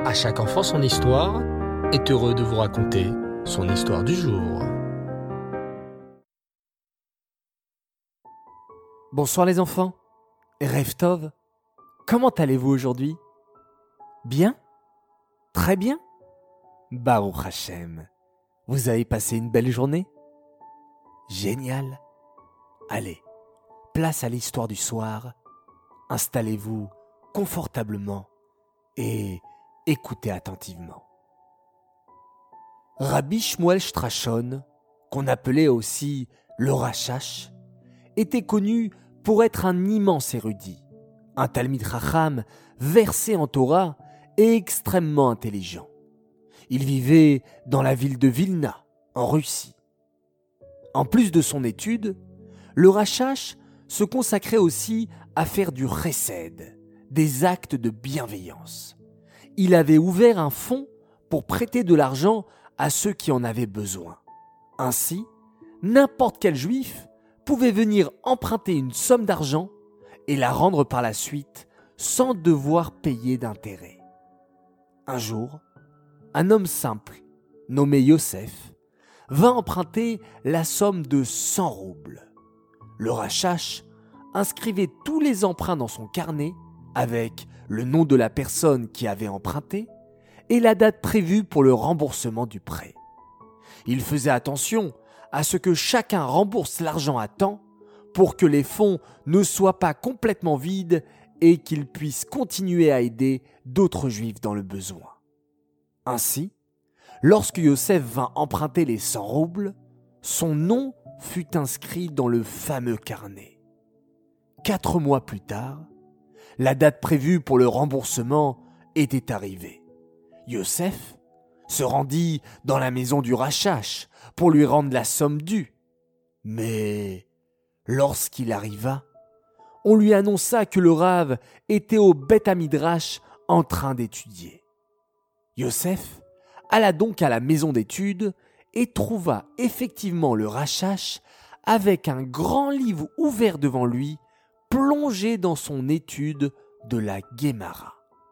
À chaque enfant son histoire est heureux de vous raconter son histoire du jour. Bonsoir les enfants, Erev Tov, comment allez-vous aujourd'hui? Bien? Très bien? Baruch Hashem, vous avez passé une belle journée? Génial! Allez, place à l'histoire du soir, installez-vous confortablement et écoutez attentivement. Rabbi Shmuel Strachon, qu'on appelait aussi le Rashash, était connu pour être un immense érudit, un Talmid Chacham versé en Torah et extrêmement intelligent. Il vivait dans la ville de Vilna, en Russie. En plus de son étude, le Rashash se consacrait aussi à faire du chesed, des actes de bienveillance. Il avait ouvert un fonds pour prêter de l'argent à ceux qui en avaient besoin. Ainsi, n'importe quel juif pouvait venir emprunter une somme d'argent et la rendre par la suite sans devoir payer d'intérêt. Un jour, un homme simple, nommé Yosef, vint emprunter la somme de 100 roubles. Le Rashash inscrivait tous les emprunts dans son carnet avec le nom de la personne qui avait emprunté et la date prévue pour le remboursement du prêt. Il faisait attention à ce que chacun rembourse l'argent à temps pour que les fonds ne soient pas complètement vides et qu'il puisse continuer à aider d'autres juifs dans le besoin. Ainsi, lorsque Yosef vint emprunter les 100 roubles, son nom fut inscrit dans le fameux carnet. 4 mois plus tard, la date prévue pour le remboursement était arrivée. Yosef se rendit dans la maison du Rashash pour lui rendre la somme due. Mais lorsqu'il arriva, on lui annonça que le Rav était au Beth Hamidrash en train d'étudier. Yosef alla donc à la maison d'études et trouva effectivement le Rashash avec un grand livre ouvert devant lui, plongé dans son étude de la Guémara.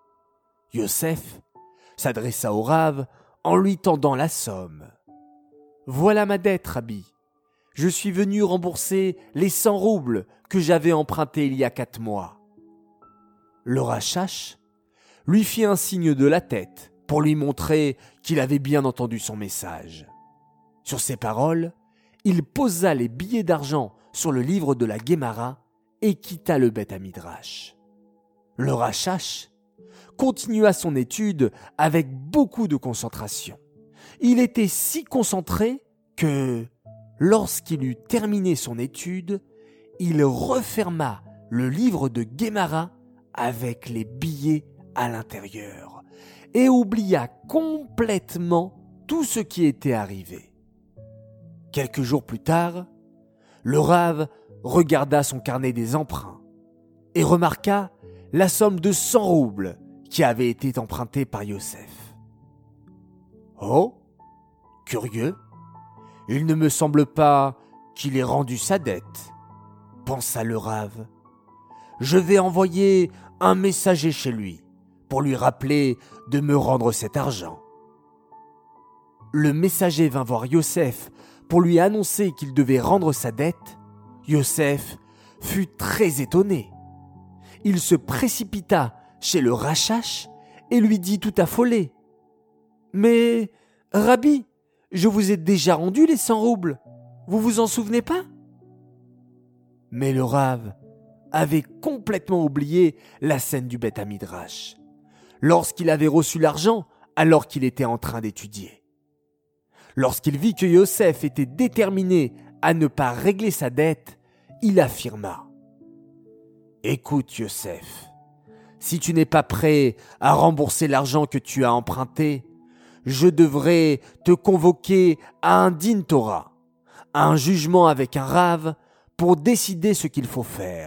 Yosef s'adressa au Rav en lui tendant la somme. « Voilà ma dette, Rabbi. Je suis venu rembourser les 100 roubles que j'avais empruntés il y a 4 mois. » Le Rashash lui fit un signe de la tête pour lui montrer qu'il avait bien entendu son message. Sur ces paroles, il posa les billets d'argent sur le livre de la Guémara et quitta le Beth Hamidrash. Le Rashash continua son étude avec beaucoup de concentration. Il était si concentré que, lorsqu'il eut terminé son étude, il referma le livre de Guémara avec les billets à l'intérieur et oublia complètement tout ce qui était arrivé. Quelques jours plus tard, le Rav regarda son carnet des emprunts et remarqua la somme de 100 roubles qui avait été empruntée par Yosef. « Oh, curieux, il ne me semble pas qu'il ait rendu sa dette, » pensa le Rav. « Je vais envoyer un messager chez lui pour lui rappeler de me rendre cet argent. » Le messager vint voir Yosef pour lui annoncer qu'il devait rendre sa dette. Yosef fut très étonné. Il se précipita chez le Rashash et lui dit tout affolé. « Mais, Rabbi, je vous ai déjà rendu les 100 roubles. Vous vous en souvenez pas ?» Mais le Rav avait complètement oublié la scène du Beth Hamidrash, lorsqu'il avait reçu l'argent alors qu'il était en train d'étudier. Lorsqu'il vit que Yosef était déterminé à ne pas régler sa dette, il affirma « Écoute, Yosef, si tu n'es pas prêt à rembourser l'argent que tu as emprunté, je devrais te convoquer à un din Torah, à un jugement avec un Rav pour décider ce qu'il faut faire. »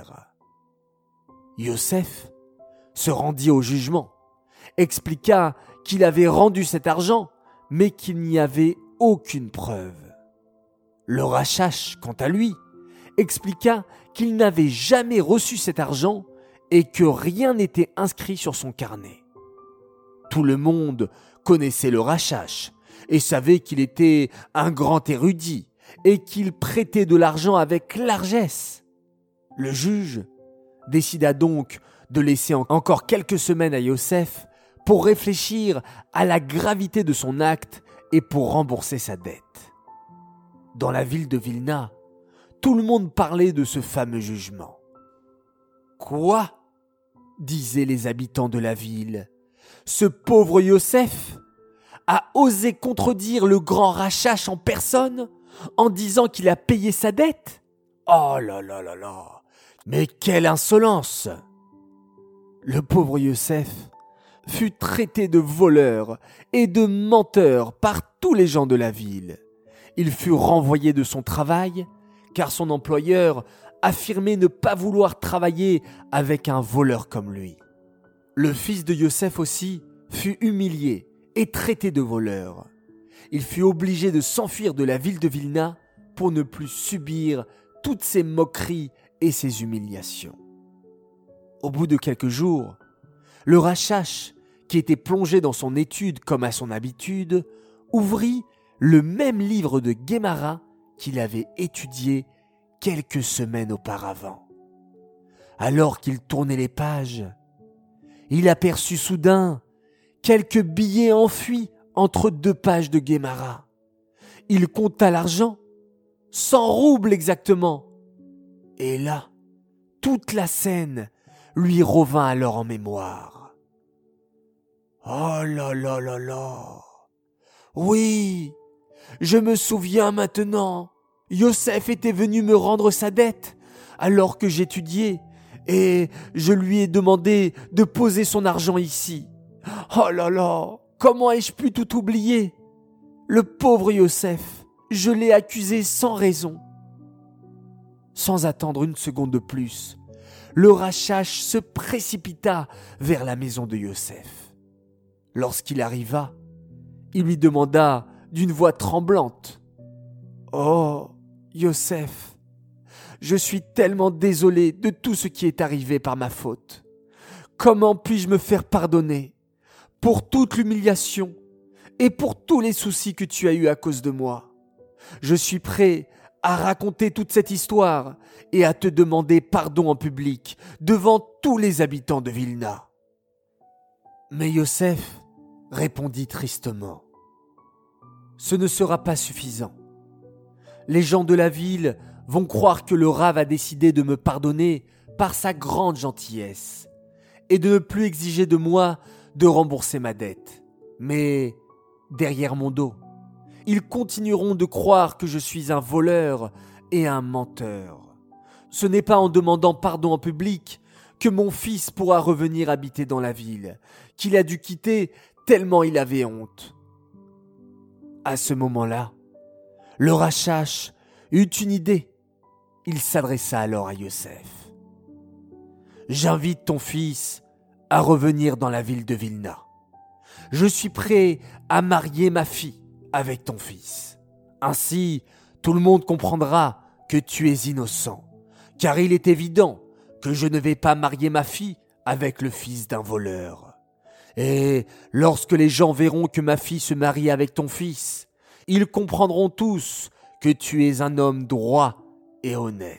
Yosef se rendit au jugement, expliqua qu'il avait rendu cet argent, mais qu'il n'y avait aucune preuve. Le Rashash, quant à lui, expliqua qu'il n'avait jamais reçu cet argent et que rien n'était inscrit sur son carnet. Tout le monde connaissait le Rachash et savait qu'il était un grand érudit et qu'il prêtait de l'argent avec largesse. Le juge décida donc de laisser encore quelques semaines à Yosef pour réfléchir à la gravité de son acte et pour rembourser sa dette. Dans la ville de Vilna, tout le monde parlait de ce fameux jugement. « Quoi ?» disaient les habitants de la ville. « Ce pauvre Yosef a osé contredire le grand Rachash en personne en disant qu'il a payé sa dette ? Oh là là là là ! Mais quelle insolence !» Le pauvre Yosef fut traité de voleur et de menteur par tous les gens de la ville. Il fut renvoyé de son travail car son employeur affirmait ne pas vouloir travailler avec un voleur comme lui. Le fils de Yosef aussi fut humilié et traité de voleur. Il fut obligé de s'enfuir de la ville de Vilna pour ne plus subir toutes ces moqueries et ces humiliations. Au bout de quelques jours, le Rachash, qui était plongé dans son étude comme à son habitude, ouvrit le même livre de Guémara qu'il avait étudié quelques semaines auparavant. Alors qu'il tournait les pages, il aperçut soudain quelques billets enfuis entre 2 pages de Guémara. Il compta l'argent, 100 roubles exactement. Et là, toute la scène lui revint alors en mémoire. Oh là là là là! Oui, je me souviens maintenant. Yosef était venu me rendre sa dette alors que j'étudiais et je lui ai demandé de poser son argent ici. Oh là là, comment ai-je pu tout oublier? Le pauvre Yosef, je l'ai accusé sans raison. Sans attendre une seconde de plus, le Rachash se précipita vers la maison de Yosef. Lorsqu'il arriva, il lui demanda d'une voix tremblante: « Oh, Yosef, je suis tellement désolé de tout ce qui est arrivé par ma faute. Comment puis-je me faire pardonner pour toute l'humiliation et pour tous les soucis que tu as eus à cause de moi? Je suis prêt à raconter toute cette histoire et à te demander pardon en public devant tous les habitants de Vilna. » Mais Yosef répondit tristement: « Ce ne sera pas suffisant. Les gens de la ville vont croire que le Rav a décidé de me pardonner par sa grande gentillesse et de ne plus exiger de moi de rembourser ma dette. Mais derrière mon dos, ils continueront de croire que je suis un voleur et un menteur. Ce n'est pas en demandant pardon en public que mon fils pourra revenir habiter dans la ville, qu'il a dû quitter tellement il avait honte. » À ce moment-là, le Rachash eut une idée. Il s'adressa alors à Yosef. « J'invite ton fils à revenir dans la ville de Vilna. Je suis prêt à marier ma fille avec ton fils. Ainsi, tout le monde comprendra que tu es innocent, car il est évident que je ne vais pas marier ma fille avec le fils d'un voleur. Et lorsque les gens verront que ma fille se marie avec ton fils, ils comprendront tous que tu es un homme droit et honnête. »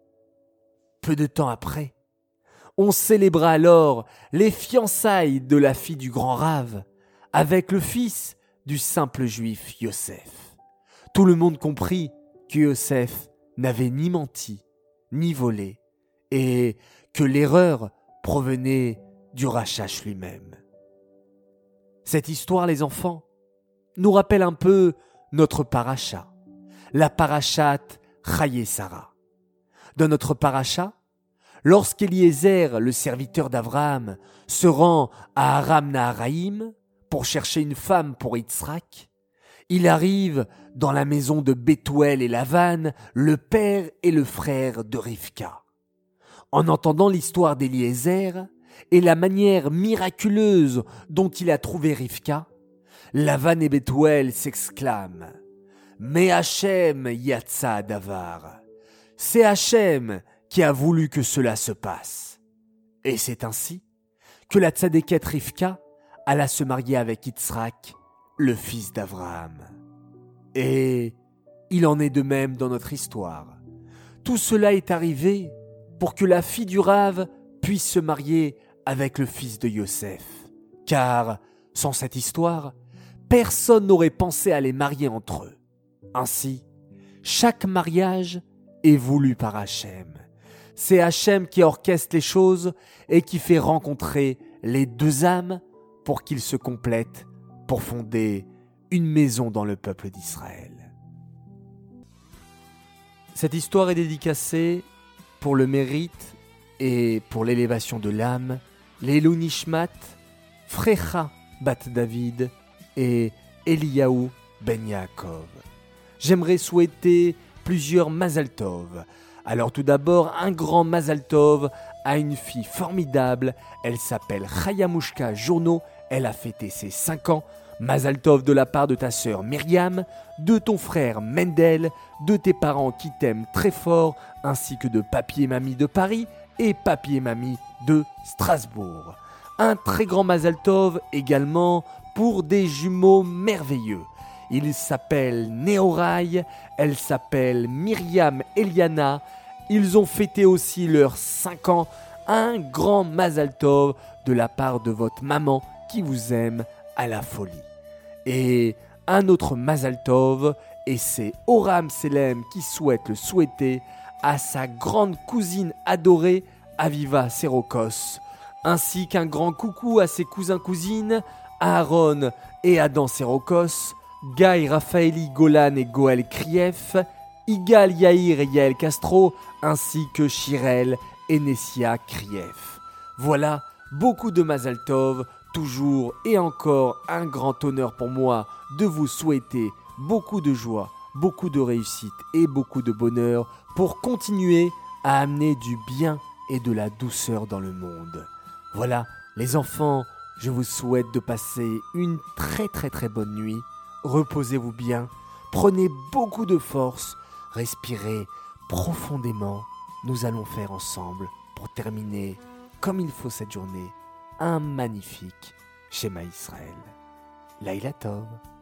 Peu de temps après, on célébra alors les fiançailles de la fille du grand Rav avec le fils du simple juif Yosef. Tout le monde comprit que Yosef n'avait ni menti, ni volé, et que l'erreur provenait du Rachash lui-même. Cette histoire, les enfants, nous rappelle un peu notre paracha, la parachate Chaye Sarah. Dans notre paracha, lorsqu'Eliezer, le serviteur d'Abraham, se rend à Aram Naharaïm pour chercher une femme pour Yitzhak, il arrive dans la maison de Bethuel et Lavan, le père et le frère de Rivka. En entendant l'histoire d'Eliezer et la manière miraculeuse dont il a trouvé Rivka, Lavan et Bethuel s'exclament: « Mais Hachem yatsa davar » c'est Hachem qui a voulu que cela se passe. Et c'est ainsi que la tzadékette Rivka alla se marier avec Yitzhak, le fils d'Abraham. Et il en est de même dans notre histoire. Tout cela est arrivé pour que la fille du Rav puisse se marier avec le fils de Yosef. Car, sans cette histoire, personne n'aurait pensé à les marier entre eux. Ainsi, chaque mariage est voulu par Hachem. C'est Hachem qui orchestre les choses et qui fait rencontrer les deux âmes pour qu'ils se complètent pour fonder une maison dans le peuple d'Israël. Cette histoire est dédicacée pour le mérite et pour l'élévation de l'âme, l'Elou Nishmat, Frecha bat David et Eliyahu ben Yaakov. J'aimerais souhaiter plusieurs Mazal Tov. Alors tout d'abord, un grand Mazal Tov à une fille formidable. Elle s'appelle Chayamushka Journo. Elle a fêté ses 5 ans. Mazal Tov de la part de ta sœur Myriam, de ton frère Mendel, de tes parents qui t'aiment très fort, ainsi que de papy et mamie de Paris et papy et mamie de Strasbourg. Un très grand Mazal Tov également pour des jumeaux merveilleux. Ils s'appellent Nehorai, elle s'appelle Myriam Eliana. Ils ont fêté aussi leurs 5 ans. Un grand Mazal Tov de la part de votre maman qui vous aime à la folie. Et un autre Mazal Tov, et c'est Oram Selem qui souhaite le souhaiter à sa grande cousine adorée, Aviva Serokos, ainsi qu'un grand coucou à ses cousins-cousines, Aaron et Adam Serokos, Guy Raphaëli Golan et Goël Krief, Igal Yair et Yael Castro, ainsi que Shirel et Nessia Krief. Voilà, beaucoup de Mazal Tov, toujours et encore un grand honneur pour moi de vous souhaiter beaucoup de joie, beaucoup de réussite et beaucoup de bonheur pour continuer à amener du bien et de la douceur dans le monde. Voilà, les enfants, je vous souhaite de passer une très très très bonne nuit. Reposez-vous bien, prenez beaucoup de force, respirez profondément. Nous allons faire ensemble, pour terminer comme il faut cette journée, un magnifique Shema Israël. Laïla Tov.